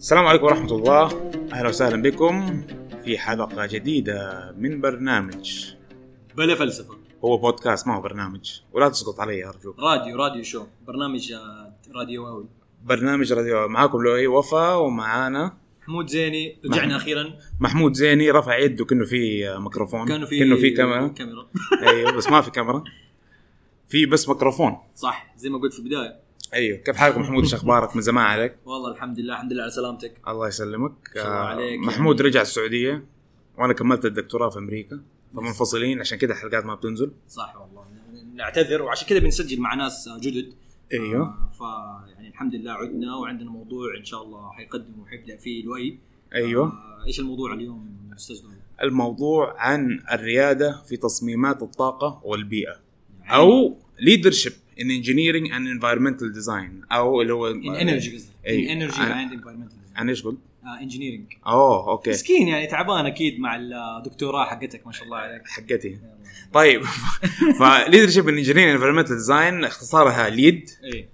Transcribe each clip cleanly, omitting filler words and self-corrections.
السلام عليكم ورحمة الله. أهلا وسهلا بكم في حلقة جديدة من برنامج بلا فلسفة. هو بودكاست ما هو برنامج، ولا تسقط علي أرجوك. راديو شو برنامج راديوي. برنامج راديو. معاكم لؤي وفا ومعانا محمود زيني. رجعنا أخيرا. محمود زيني رفع يده كأنه في ميكروفون، كأنه في كاميرا. أيوه بس ما في كاميرا، في بس ميكروفون. صح زي ما قلت في البداية. أيوه كيف حالكم محمود؟ إيش أخبارك؟ من زمان عليك. والله الحمد لله على سلامتك. الله يسلمك. عليك محمود رجع السعودية وأنا كملت الدكتوراه في أمريكا، فمنفصلين عشان كده حلقات ما بتنزل. صح والله نعتذر، وعشان كده بنسجل مع ناس جدد. أيوه يعني الحمد لله عدنا وعندنا موضوع إن شاء الله حيقدم وحيبدأ فيه لؤي. أيوه. إيش الموضوع اليوم أستاذ لؤي؟ الموضوع عن الريادة في تصميمات الطاقة والبيئة، أو leadership in engineering and environmental design، أو اللي هو in energy in energy and environmental design. أنا إيش قلت؟ engineering. أوكي. مسكين يعني تعبان أكيد مع الدكتوراه حقتك ما شاء الله عليك. حقتي. طيب leadership in engineering and environmental design اختصارها lead. إيه.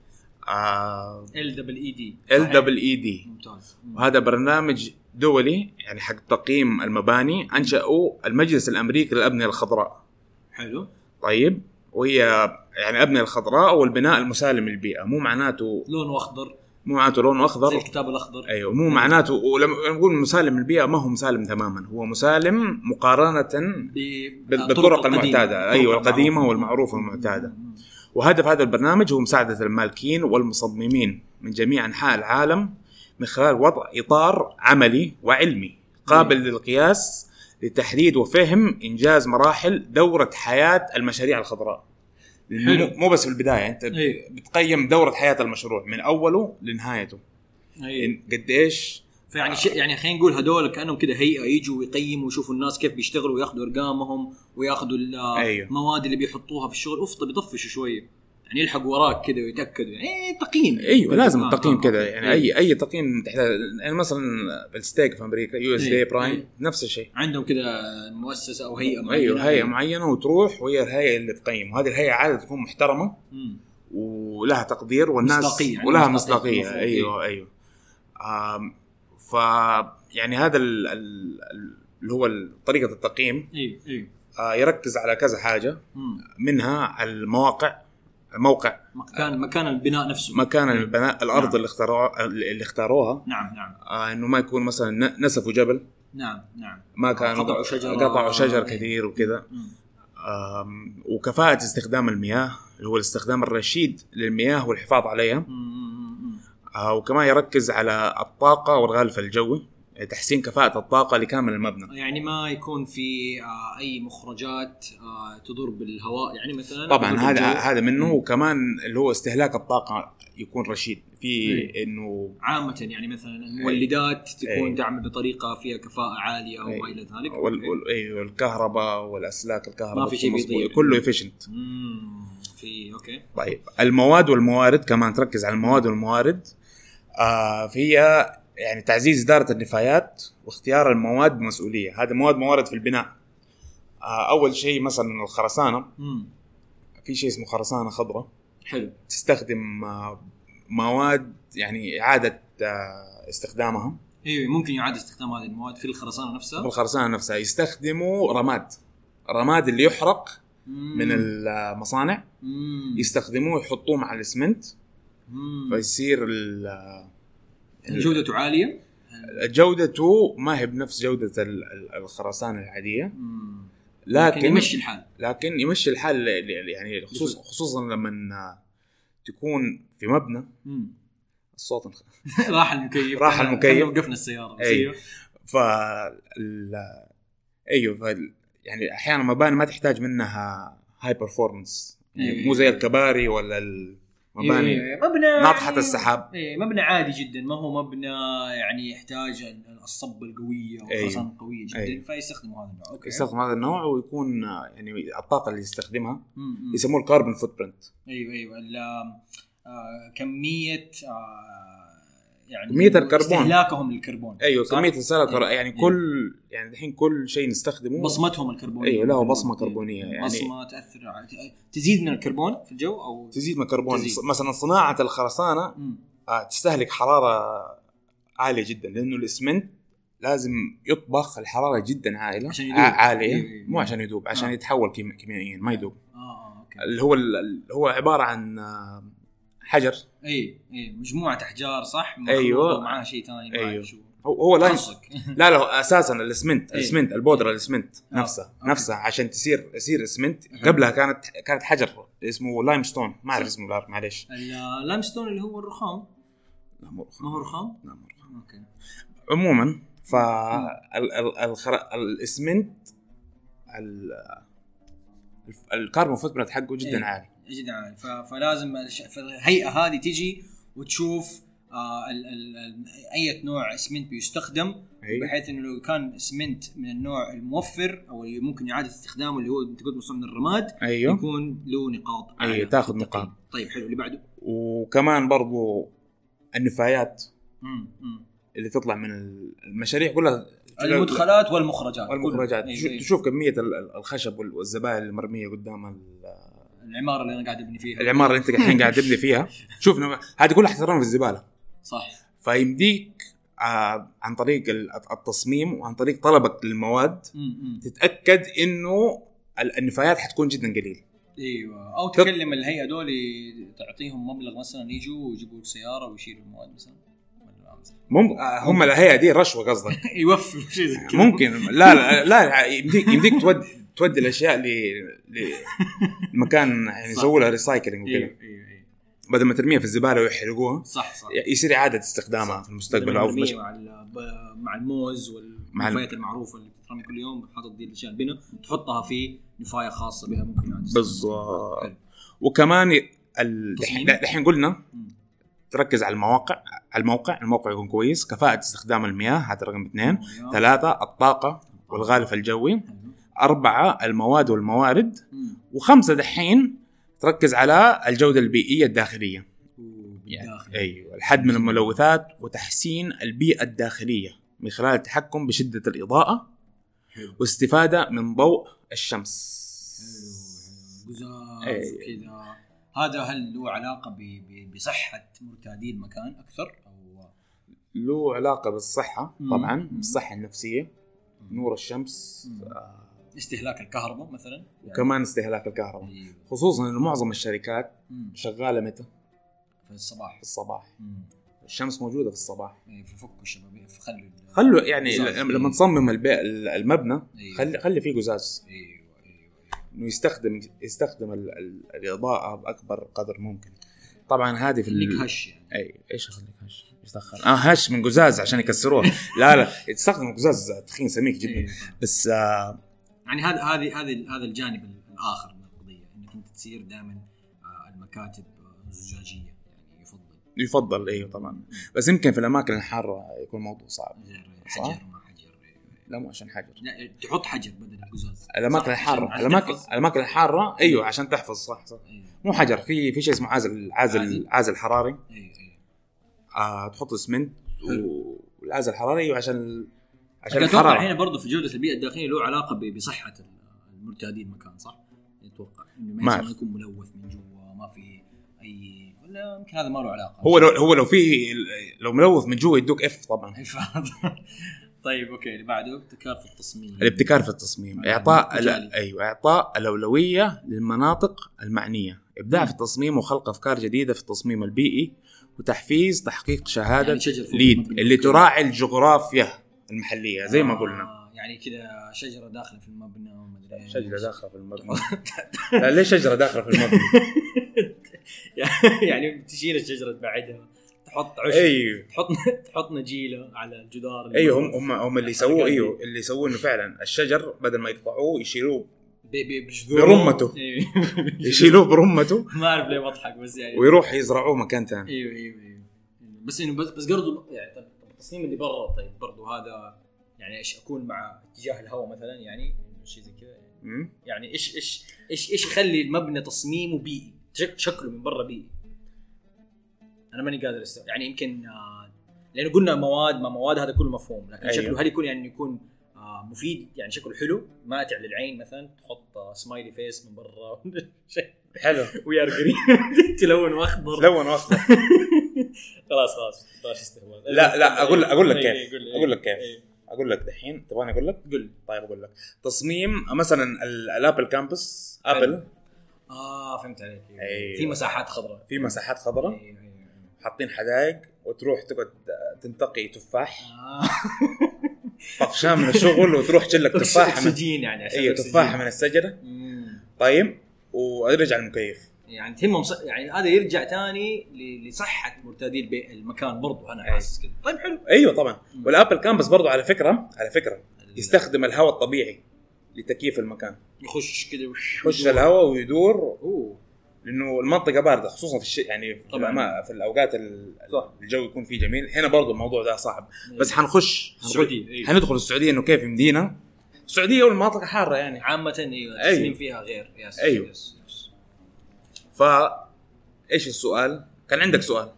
LEED. ممتاز. وهذا برنامج دولي يعني حق تقييم المباني، أنشأه المجلس الأمريكي للأبنية الخضراء. حلو. طيب وهي يعني أبنية الخضراء والبناء المسالم للبيئة، مو معناته لونه أخضر، مو معناته لونه أخضر زي الكتاب الأخضر. أيوه مو معناته. ولما نقول مسالم للبيئة ما هو مسالم تماما، هو مسالم مقارنة بالطرق المعتادة. أيوه القديمة والمعروفة والمعتادة. وهدف هذا البرنامج هو مساعدة المالكين والمصممين من جميع أنحاء العالم من خلال وضع إطار عملي وعلمي قابل للقياس لتحديد وفهم إنجاز مراحل دورة حياة المشاريع الخضراء. مو بس في البداية، أنت بتقيم دورة حياة المشروع من أوله لنهايته. قد إيش يعني خلينا نقول هدول كأنهم كده هيئة يجوا ويقيموا ويشوفوا الناس كيف بيشتغلوا وياخذوا أرقامهم وياخذوا المواد اللي بيحطوها في الشغل. بيطفشوا شوية يعني يلحق وراك كده ويتأكدوا يعني تقييم. أيوة لازم التقييم كده يعني أي تقييم تحتاج. يعني مثلا الستيك في أمريكا USDA برايم نفس الشيء، عندهم كده مؤسسة أو هيئة معينة. أيوة هيئة معينة وتروح وهي الهيئة اللي تقيم، وهذه الهيئة عادة تكون محترمة ولها تقدير والناس مصداقية. ولها مصداقية. أيوة. ف يعني هذا اللي هو طريقة التقييم. يركز على كذا حاجة، منها الموقع، مكان البناء نفسه، مكان البناء، الأرض. نعم. اللي اختاروها. نعم. إنه ما يكون مثلا نسفوا جبل. نعم. ما كان قطعوا شجر كثير وكذا. وكفاءة استخدام المياه اللي هو الاستخدام الرشيد للمياه والحفاظ عليها. وكمان يركز على الطاقة والغلاف الجوي، تحسين كفاءة الطاقة لكامل المبنى. يعني ما يكون في أي مخرجات تضر بالهواء يعني مثلا. طبعا هذا منه. وكمان اللي هو استهلاك الطاقة يكون رشيد في إنه عامة يعني مثلا المولدات تكون تعمل بطريقة فيها كفاءة عالية وما إلى ذلك. والكهرباء والأسلاك الكهرباء ما في شيء بيضيع، كله efficient. أوكي. طيب المواد والموارد كمان تركز على المواد والموارد. فيها يعني تعزيز إدارة النفايات واختيار المواد بمسؤولية. هذا موارد في البناء. أول شيء مثلا الخرسانة. في شيء اسمه خرسانة خضراء. حلو. تستخدم مواد يعني إعادة استخدامها. إيه ممكن يعاد استخدام هذه المواد في الخرسانة نفسها. في الخرسانة نفسها يستخدموا رماد اللي يحرق من المصانع. يستخدموه يحطوه مع الإسمنت فيصير جودته عالية. جودته ما هي بنفس جودة الخرسانة العادية، لكن يمشي الحال يعني خصوصا لما تكون في مبنى. الصوت راح المكيف وقفنا السيارة. أيوه يعني أحيانا مباني ما تحتاج منها هاي برفورمانس، يعني مو زي الكباري ولا مبنى ناطحة السحاب. مبنى عادي جدا، ما هو مبنى يعني يحتاج الصب القوية والخرسانة القوية جدا. فيستخدموا هذا النوع. يستخدم هذا النوع ويكون يعني الطاقة اللي يستخدمها يسموه الكاربون فوتبرنت. أيوة كمية يعني كمية الكربون، استهلاكهم للكربون. أيوة كمية استهلاك يعني كل يعني الحين كل شيء نستخدمه بصمتهم الكربونية. أيوة له بصمة كربونية يعني بصمة تأثر على تزيد من الكربون في الجو أو تزيد من الكربون. مثلا صناعة الخرسانة تستهلك حرارة عاليه جدا، لانه الاسمنت لازم يطبخ الحراره جدا عاليه مو عشان يذوب، عشان يتحول كيميائيا ما يذوب. أوكي. اللي هو عباره عن حجر، اي مجموعه احجار صح، ايوه معاه شيء ثاني أيوه. هو لا اساسا الاسمنت البودره الاسمنت نفسها عشان يصير اسمنت. قبلها كانت حجر اسمه لايم ستون، ما اعرف اسمه بالعربي معليش. اللايم ستون اللي هو الرخام. لا مو رخام. اوكي. عموما الاسمنت الكاربون فوتبرنت حقه جدا عالي جدا عالي. فلازم الهيئه هذه تيجي وتشوف اي نوع اسمنت بيستخدم، بحيث انه لو كان اسمنت من النوع الموفر او اللي ممكن اعاده استخدامه اللي هو انت قلت مصنوع من الرماد، يكون له نقاط عاليه تاخذ نقاط. طيب حلو، اللي بعده. وكمان برضو النفايات اللي تطلع من المشاريع كلها، المدخلات والمخرجات. تشوف كميه الخشب والزبائن المرميه قدام العماره اللي انا قاعد ابني فيها، العماره اللي انت الحين قاعد تبني فيها. شوف هذه كلها حترمى في الزباله، صح. فيمديك عن طريق التصميم وعن طريق طلبك للمواد تتاكد انه النفايات حتكون جدا قليل. ايوه، او تكلم الهيئه دول تعطيهم مبلغ مثلا، يجوا ويجيبوا سياره ويشيلوا المواد مثلا. هم الهيئه دي رشوه قصدك؟ يوفروا شيء زي كذا ممكن. لا يمديك تودي الاشياء لمكان يعني يسووا لها ريسايكلينج وكذا، بدل ما ترميها في الزباله ويحرقوها. صح. يصير اعاده استخدامها في المستقبل، او في مع الموز والنفايات المعروفه اللي بترمي كل يوم، حاطط دي الاشياء البناء تحطها في نفايه خاصه بها ممكن يعاد بالضبط. وكمان الحين قلنا تركز على الموقع يكون كويس، كفاءة استخدام المياه، هذا رقم 2. 3 الطاقة والغلاف الجوي. 4 المواد والموارد. و5 دحين تركز على الجودة البيئية الداخلية، يعني أيوة الحد من الملوثات وتحسين البيئة الداخلية من خلال التحكم بشدة الإضاءة واستفادة من ضوء الشمس. كذا. هذا هل له علاقة بصحة مرتادي المكان أكثر، أو له علاقة بالصحة؟ طبعا بالصحة النفسية، نور الشمس، استهلاك الكهرباء مثلا، وكمان استهلاك الكهرباء. خصوصا إنه معظم الشركات شغالة متى؟ في الصباح. الشمس موجودة في الصباح. ففكوا الشباب، خلوا يعني لما تصمم المبنى خلي فيه قزاز، إنه يستخدم الإضاءة بأكبر قدر ممكن. طبعا هذه في هش يعني. أي إيش أخليك هش يستخدم هش من قزاز عشان يكسروه. لا يستخدم قزاز تخين سميك جدا. بس يعني هذا الجانب الآخر من القضية، إنك أنت تصير دائما المكاتب زجاجية، يعني يفضل أيوه طبعا. بس يمكن في الأماكن الحارة يكون موضوع صعب. حجر لا مو عشان حجر، لا تحط حجر بدل القزاز. الأماكن الحارة، الأماكن الحارة أيوة عشان تحفظ. صح. مو حجر، في شيء اسمه عازل حراري. تحط اسمنت والعازل الحراري أيوة عشان الحرارة. هنا برضو في جودة البيئة الداخلية له علاقة بصحة المرتادين المكان، صح؟ يتوقع إنه ما يكون ملوث من جوا، ما في أي، ولا يمكن هذا ما له علاقة. هو لو ملوث من جوا يدوك F طبعا. طيب اوكي، اللي بعده الابتكار في التصميم. اعطاء الاولويه للمناطق المعنيه، ابداع في التصميم وخلق افكار جديده في التصميم البيئي، وتحفيز تحقيق شهاده يعني ليد اللي تراعي الجغرافيا المحليه زي ما قلنا. يعني كذا شجره داخله في المبنى وما ادري، شجره داخله في المبنى. لا ليش شجره داخله في المبنى؟ يعني تشيل الشجره تبعدها، تحط عشب، تحط نجيله على الجدار. ايوه هم اللي يسووه. ايوه اللي يسووه انه فعلا الشجر بدل ما يقطعوه يشيلوه برمته. يشيلوه برمته. ما اعرف ليه بضحك بس يعني، ويروح يزرعوه مكان ثاني. ايوه بس انه بس برضه يعني التصميم اللي برا. طيب برضه هذا يعني ايش اكون مع اتجاه الهواء مثلا، يعني شيء زي كذا يعني ايش يخلي المبنى تصميمه بيئي، شكله من برا بيئي. انا ماني قادر يعني يمكن لانه قلنا مواد هذا كله مفهوم، لكن شكله هل يكون يعني يكون مفيد، يعني شكله حلو ماتع للعين، مثلا تحط سمايلي فيس من برا شيء حلو ويا جرين تلون واخضر. خلاص باش استهبال. لا اقول لك كيف اقول لك دحين تبغاني اقول لك؟ قل. طيب اقول لك تصميم مثلا الابل كامبس ابل. فهمت عليك. أيوة. في مساحات خضراء أيوة. حاطين حدائق وتروح تقعد تنتقي تفاح طفشان من الشغل وتروح تشلك تفاح اكسجين يعني عشان تفاح من الشجره. طيب ويرجع المكيف يعني تهم يعني هذا يرجع تاني لصحه مرتادي المكان برضو انا حاسس كده. طيب حلو. ايوه طبعا. والابل كامبس برضو على فكره يستخدم الهواء الطبيعي لتكييف المكان. يخش كده يخش الهواء ويدور. لانه المنطقه بارده خصوصا في يعني في الاوقات الجو يكون فيه جميل. هنا برضو الموضوع ده صعب. بس حندخل السعوديه انه كيف يمدينا. السعوديه والمناطق حاره يعني عامه التصميم فيها غير. يس. ايش السؤال؟ كان عندك سؤال؟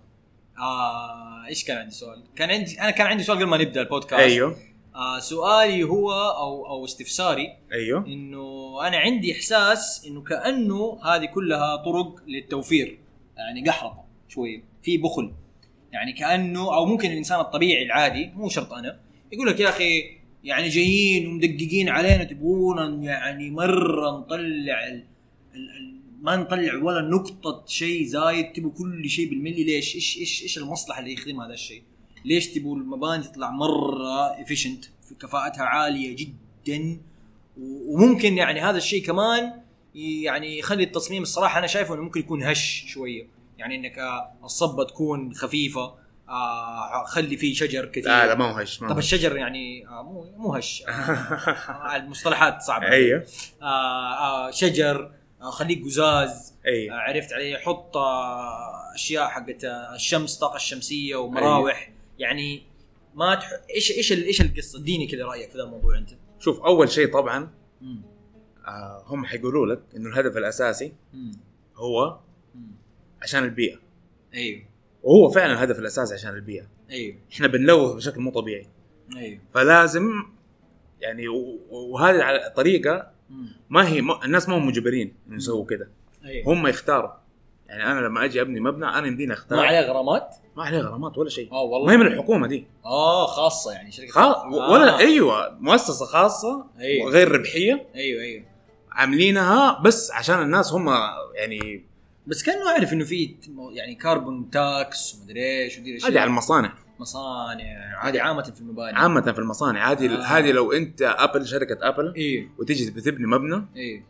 ايش كان عندي سؤال؟ كان عندي سؤال قبل ما نبدا البودكاست. ايوه. سؤالي هو او استفساري. ايوه. انه انا عندي احساس انه كانه هذه كلها طرق للتوفير، يعني قحرطه شويه في بخل، يعني كانه او ممكن الانسان الطبيعي العادي مو شرط انا يقول لك يا اخي يعني جايين ومدققين علينا تبغونا يعني مره نطلع ما نطلع ولا نقطه شيء زايد، تبغوا كل شيء بالملي. ليش؟ ايش المصلحه اللي يخدم هذا الشيء؟ ليش تبغوا المباني تطلع مره افيشنت في كفاءتها عاليه جدا؟ وممكن يعني هذا الشيء كمان يعني يخلي التصميم الصراحه انا شايفه انه ممكن يكون هش شويه، يعني انك الصبه تكون خفيفه، خلي فيه شجر كثير. لا ما هو هش. طب الشجر يعني مو هش. المصطلحات صعبه. ايوه. شجر، خليك قزاز. أيوة. عرفت عليه. حط اشياء حقت الشمس، طاقه الشمسيه ومراوح. أيوة. يعني ما ايش القصه؟ اديني كذا رايك في هذا الموضوع انت. شوف اول شيء طبعا هم حيقولوا لك انه الهدف الاساسي هو عشان البيئه. ايوه. وهو فعلا الهدف الاساسي عشان البيئه. ايوه. احنا بنلوث بشكل مو طبيعي. ايوه. فلازم يعني وهذه على طريقه ما هي الناس ما هم مجبرين انه يسووا كده. أيوة. هم يختاروا. يعني انا لما اجي ابني مبنى انا يمديني اختار. ما عليه غرامات؟ ما عليه غرامات ولا شيء. والله ما هي من الحكومه دي. خاصه يعني شركه ولا ايوه مؤسسه خاصه. أيوة. غير ربحيه. ايوه عاملينها بس عشان الناس هم يعني. بس كانوا اعرف انه في يعني كاربون تاكس ومدري ايش ودي اشياء. هذه على المصانع عادي عامه في المباني. عامه في المصانع هذه لو انت ابل شركه ابل. إيه؟ وتيجي بتبني مبنى. إيه؟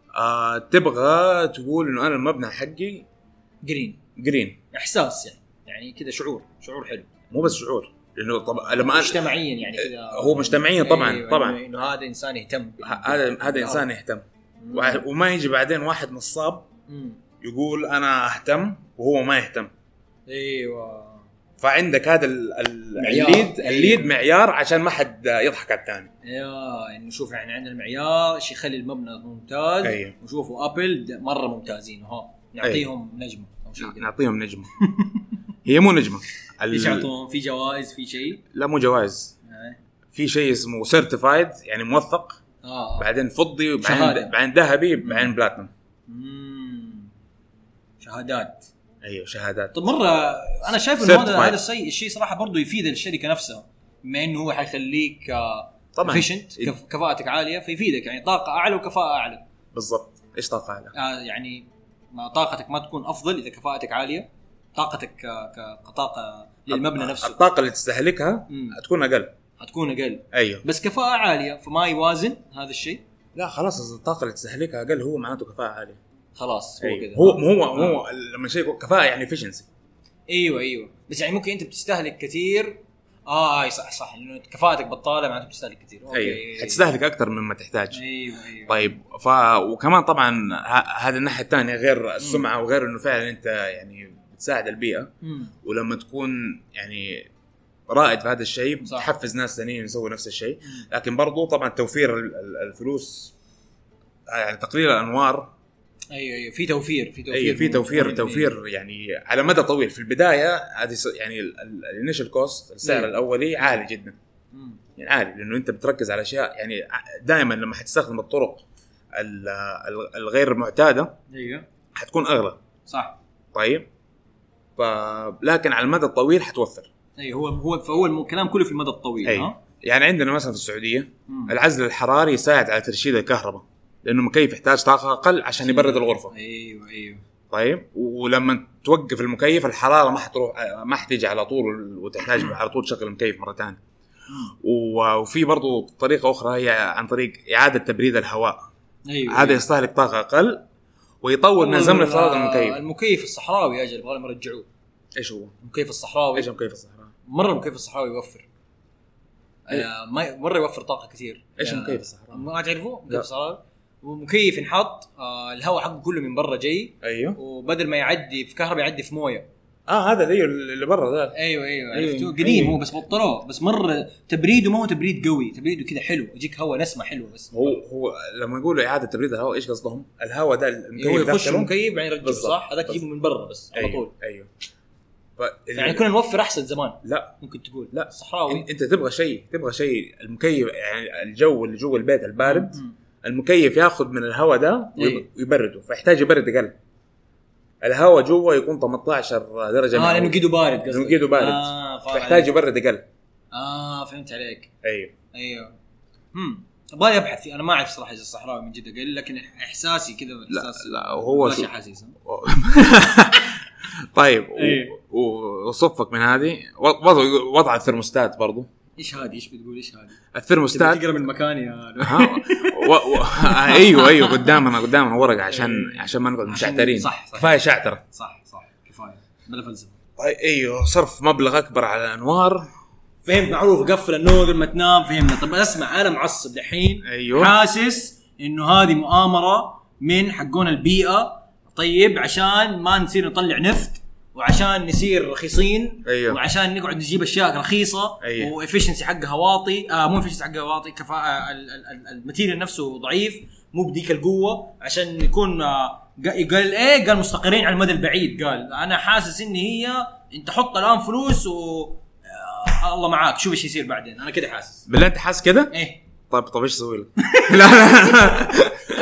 تبغى تقول انه انا المبنى حقي جرين احساس يعني كذا شعور حلو. مو بس شعور لانه طبعا لما مجتمعيا يعني كذا هو مجتمعيا طبعا. أيوة. طبعا انه هذا انسان يهتم. هذا انسان يهتم. وما يجي بعدين واحد نصاب يقول انا اهتم وهو ما يهتم. ايوه. فعندك هذا الليد معيار عشان ما حد يضحك على الثاني. ايوه انه شوف يعني عندنا المعيار ايش يخلي المبنى ممتاز. أيوه. وشوفوا ابل مره ممتازين نعطيهم نجمه او شيء كذا. نعطيهم نجمه. هي مو نجمه. ايش يعطون؟ في جوائز في شيء؟ لا مو جوائز. في شيء اسمه سيرتيفايد يعني موثق. بعدين فضي بعدين ذهبي بعدين بلاتنم. شهادات. ايوه شهادات. طب مره انا شايف انه هذا الشيء صراحه برضو يفيد الشركه نفسها، بما انه هو حيخليك طبعا efficient كفاءتك عاليه، فيفيدك يعني طاقه اعلى وكفاءه اعلى. بالضبط. ايش طاقه اعلى؟ يعني ما طاقتك ما تكون افضل اذا كفاءتك عاليه، طاقتك كطاقه للمبنى نفسه الطاقه اللي تستهلكها هتكون اقل. ايوه بس كفاءه عاليه فما يوازن هذا الشيء. لا خلاص الطاقه اللي تستهلكها اقل هو معناته كفاءه عاليه. خلاص هو كذا. هو لما شيء كفاءه يعني efficiency. ايوه بس يعني ممكن انت بتستهلك كثير. صح لانه كفاءتك بطاله معناته بتستهلك كثير. اوكي حتستهلك اكثر مما تحتاج. ايوه. طيب وكمان طبعا هذا الناحيه الثانيه غير السمعه وغير انه فعلا انت يعني بتساعد البيئه. ولما تكون يعني رائد في هذا الشيء تحفز ناس ثانيين يسووا نفس الشيء. لكن برضو طبعا توفير الفلوس يعني تقليل الانوار. ايوه في توفير توفير يعني على مدى طويل. في البدايه هذه يعني الانيشال كوست السعر الاولي عالي جدا. يعني عالي لانه انت بتركز على اشياء يعني دائما لما حتستخدم الطرق الغير معتاده ايوه حتكون اغلى. صح. طيب لكن على المدى الطويل حتوفر. اي هو الكلام كله في المدى الطويل. ها يعني عندنا مثلا في السعوديه العزل الحراري يساعد على ترشيد الكهرباء، لانه المكيف يحتاج طاقه اقل عشان يبرد الغرفه. ايوه طيب ولما توقف المكيف الحراره ما حتيجي على طول وتحتاج على طول تشغل المكيف مره ثانيه. وفي برضو طريقه اخرى هي عن طريق اعاده تبريد الهواء. هذا يستهلك طاقه اقل ويطول من زمن افتراض المكيف الصحراوي يا اجل بغالي مرجعوه. ايش هو المكيف الصحراوي؟ ايش المكيف الصحراوي؟ مره المكيف الصحراوي يوفر مره يوفر طاقه كثير. ايش المكيف الصحراوي؟ ما تعرفوه مكيف الصحراوي؟ ومكيف ينحط الهواء حقه كله من برا جاي. ايوه. وبدل ما يعدي في كهرباء يعدي في مويه. هذا اللي برا ذا. ايوه عرفتوه قديم. هو بس بطلوه بس مره تبريده ما هو تبريد قوي، تبريده كذا حلو يجيك هواء نسمه حلوه. بس هو لما يقولوا اعاده تبريد الهواء ايش قصدهم؟ الهواء ده المكيف يخش المكيف بعدين يرجعه صح. هذاك يجيبه من برا بس على طول. ايوه يعني كنا نوفر احسن زمان. لا ممكن تقول لا الصحراوي انت تبغى شيء المكيف يعني الجو اللي جوا البيت البارد المكيف ياخذ من الهواء ده ويبرده، فيحتاج يبرد اقل. الهواء جوا يكون 18 درجه لانه قيده بارد قصدك. لانه قيده بارد فيحتاج يبرد اقل. فهمت عليك. ايوه ابغى ابحث. انا ما اعرف صراحه اذا الصحراوي من جد اقل، لكن احساسي كذا احساس لا هو شيء حاسس. طيب وصفك من هذه وضع الثرموستات برضو. ايش هذه؟ ايش بتقول؟ ايش هذه الثرموستات؟ تقرا من مكاني هذا. ايوه قدامنا ورقه عشان ما نقعد مشعترين. كفايه شعتره. صح كفايه بلا فلسفه. ايوه صرف مبلغ اكبر على الانوار. فهمت معروف. قفل النور لما تنام. فهمنا. طب اسمع انا معصب الحين. أيوه. حاسس انه هذه مؤامره من حقون البيئه. طيب عشان ما نصير نطلع نفط وعشان نصير رخيصين. أيوه. وعشان نقعد نجيب اشياء رخيصه. أيوه. وافشنسي حقها واطي. مو افشنسي حقها واطي، كفاءه الماتيريال نفسه ضعيف، مو بديك القوه عشان يكون قال مستقرين على المدى البعيد. قال انا حاسس ان هي انت حط الان فلوس الله معاك شوف ايش يصير بعدين. انا كده حاسس. بالله انت حاسس كده؟ ايه. طب ايش اسوي لك؟ لا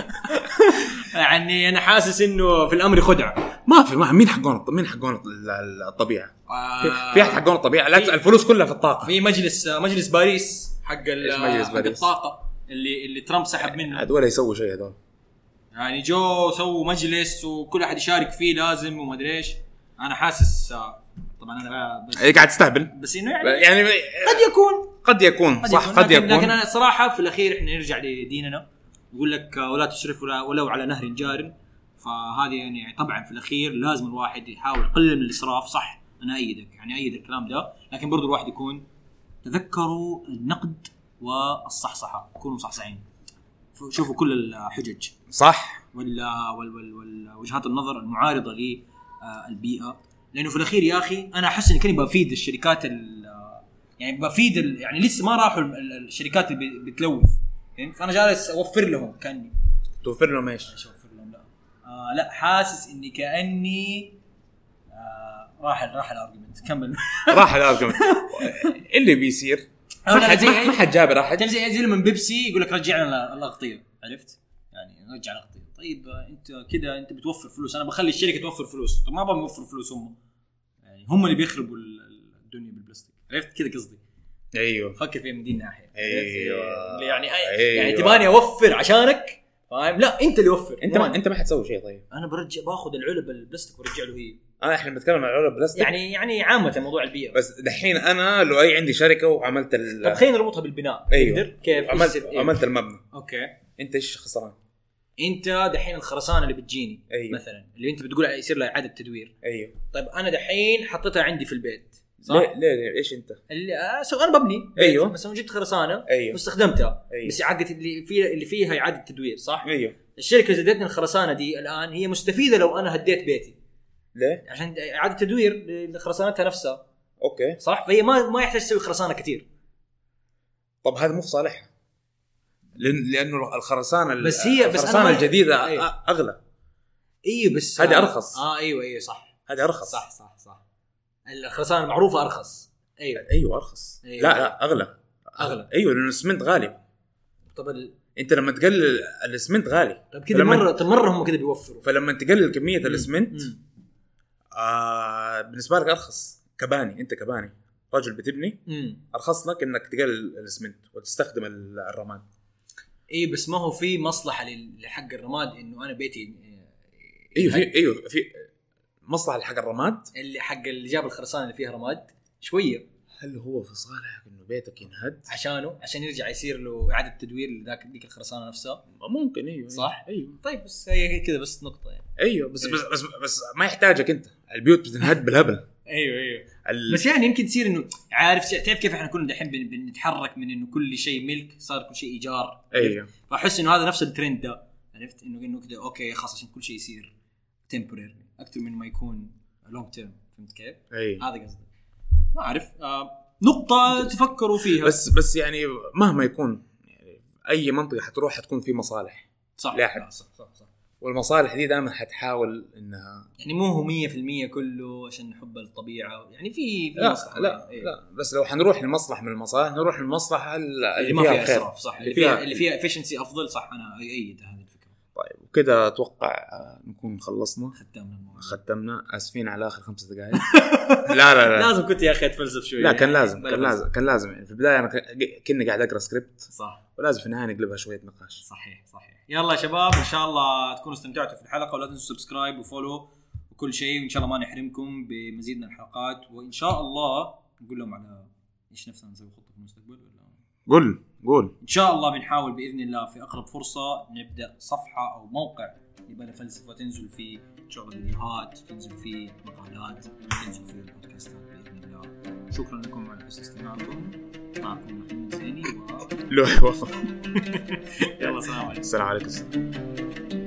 يعني انا حاسس انه في الامر خدعه. ما في مين حقون الطبيعه. في احد حقون الطبيعه. لا الفلوس كلها في الطاقه. في مجلس باريس حق الطاقه اللي ترامب سحب منه. هذول يسووا شيء هذول يعني جو سووا مجلس وكل احد يشارك فيه لازم وما ادري ايش. انا حاسس طبعا انا بس قاعد تستهبل بس انه يعني قد يكون صح قد يكون. لكن انا صراحه في الاخير احنا نرجع لديننا يقول لك ولا تسرف ولو على نهر جار. فهذه يعني طبعا في الاخير لازم الواحد يحاول يقلل من الاسراف. صح انا ايدك يعني ايد الكلام ده، لكن برضو الواحد يكون تذكروا النقد والصحصحه. كونوا مصحصحين. شوفوا كل الحجج صح وجهات النظر المعارضه للبيئه، لانه في الاخير يا اخي انا احس اني كني بفيد الشركات يعني بفيد يعني لسه ما راحوا الشركات اللي بتلوث. فانا جالس اوفر لهم. كاني توفر لهم ايش اوفر لهم؟ لا حاسس اني كاني راح الارجيومنت. كمل. راح الارجيومنت اللي بيصير ما حد جاب راحت. زي من بيبسي يقول لك رجعنا الاغطيه. عرفت يعني رجع الاغطيه. طيب انت كده انت بتوفر فلوس. انا بخلي الشركه توفر فلوس. طب ما ابغى نوفر فلوس. هم اللي بيخربوا الدنيا بالبلاستيك. عرفت كده قصدي؟ ايوه فكر فيها من دي الناحيه. ايوه يعني يعني تباني اوفر عشانك فاهم؟ لا انت اللي وفر. انت ما حتسوي شيء. طيب انا برجع باخذ العلب البلاستيك وارجع له هي. احنا بنتكلم عن العلب البلاستيك يعني عامه موضوع البيئه. بس دحين انا لو عندي شركه وعملت طب خلينا نربطها بالبناء. أيوه. كيف عملت المبنى. اوكي انت ايش خسران؟ انت دحين الخرسانه اللي بتجيني. أيوه. مثلا اللي انت بتقول يصير لها اعاده تدوير. ايوه. طيب انا دحين حطيتها عندي في البيت صح؟ ليه ايش انت اللي انا ببني. ايوه. مثلا جبت خرسانه. أيوه. واستخدمتها. أيوه. بس عقدت اللي فيها اعاده تدوير صح. ايوه. الشركه زادتني الخرسانه دي الان هي مستفيده لو انا هديت بيتي. ليه؟ عشان اعاده تدوير لخرسانتها نفسها. اوكي صح. فهي ما يحتاج تسوي خرسانه كتير. طب هذا مو في صالحها لانه الخرسانه الخرسانه الجديده اغلى. ايوه بس هذه ارخص. ايوه صح. هذه ارخص. صح الخرسانه المعروفه ارخص. ايوه ارخص. أيوة. لا اغلى. ايوه لانه الاسمنت غالي. طب انت لما تقلل الاسمنت غالي. طب كده مره هم كده بيوفروا. فلما تقلل كميه الاسمنت بالنسبه لك ارخص كباني، انت كباني رجل بتبني ارخص لك انك تقلل الاسمنت وتستخدم الرماد. ايه بس ما هو في مصلحه لحق الرماد انه انا بيتي ايوه في مصلحه لحق الرماد اللي حق اللي جاب الخرسانه اللي فيها رماد شويه. هل هو في صالحك انه بيتك ينهد عشان يرجع يصير له اعاده تدوير لذيك الخرسانه نفسها؟ ممكن. ايوه صح. ايوه طيب بس هي كذا بس نقطه يعني. ايوه بس أيوه. بس ما يحتاجك انت، البيوت بتنهد بالهبل. ايوه بس يعني يمكن تصير انه تعرف كيف احنا كنا دحين بنتحرك من انه كل شيء ملك صار كل شيء ايجار. ايوه فاحس انه هذا نفس الترند ده، عرفت انه كده اوكي خلاص عشان كل شيء يصير تمبوريري اكثر من ما يكون لونج تيرم. فهمت كيف؟ هذا قصدي. ما اعرف نقطه تفكروا فيها. بس يعني مهما يكون يعني اي منطقه حتروح حتكون في مصالح. صح. صح. والمصالح دي دائما حتحاول انها يعني مو هو 100% كله عشان نحب الطبيعه، يعني في مصلحه. لا بس لو حنروح لمصلحه من المصالح نروح للمصلحه اللي ما فيها اسراف. صح. اللي فيها افشنسي افضل. صح. انا ايد هذه الفكره. طيب وكذا اتوقع نكون خلصنا ختمنا. اسفين على اخر 5 دقائق. لا لازم كنت يا اخي اتفلسف شويه. لا كان لازم يعني في البدايه انا كني قاعد اقرا سكريبت. صح. ولازم في النهايه نقلبها شويه نقاش. صحيح. يلا يا شباب ان شاء الله تكونوا استمتعتوا في الحلقه، ولا تنسوا سبسكرايب وفولو وكل شيء، وان شاء الله ما نحرمكم بمزيد من الحلقات. وان شاء الله نقول لهم على ايش نفسنا نسوي خطه في المستقبل ولا قول ان شاء الله بنحاول باذن الله في اقرب فرصه نبدا صفحه او موقع يبقى فلسفه تنزل فيه شغل فيديوهات، تنزل فيه مقالات، تنزل فيه البودكاستات باذن الله. شكرا لكم على حسن استماعكم. معكم محمد زيني لوحي وفا. يلا السلام عليكم. السلام عليكم.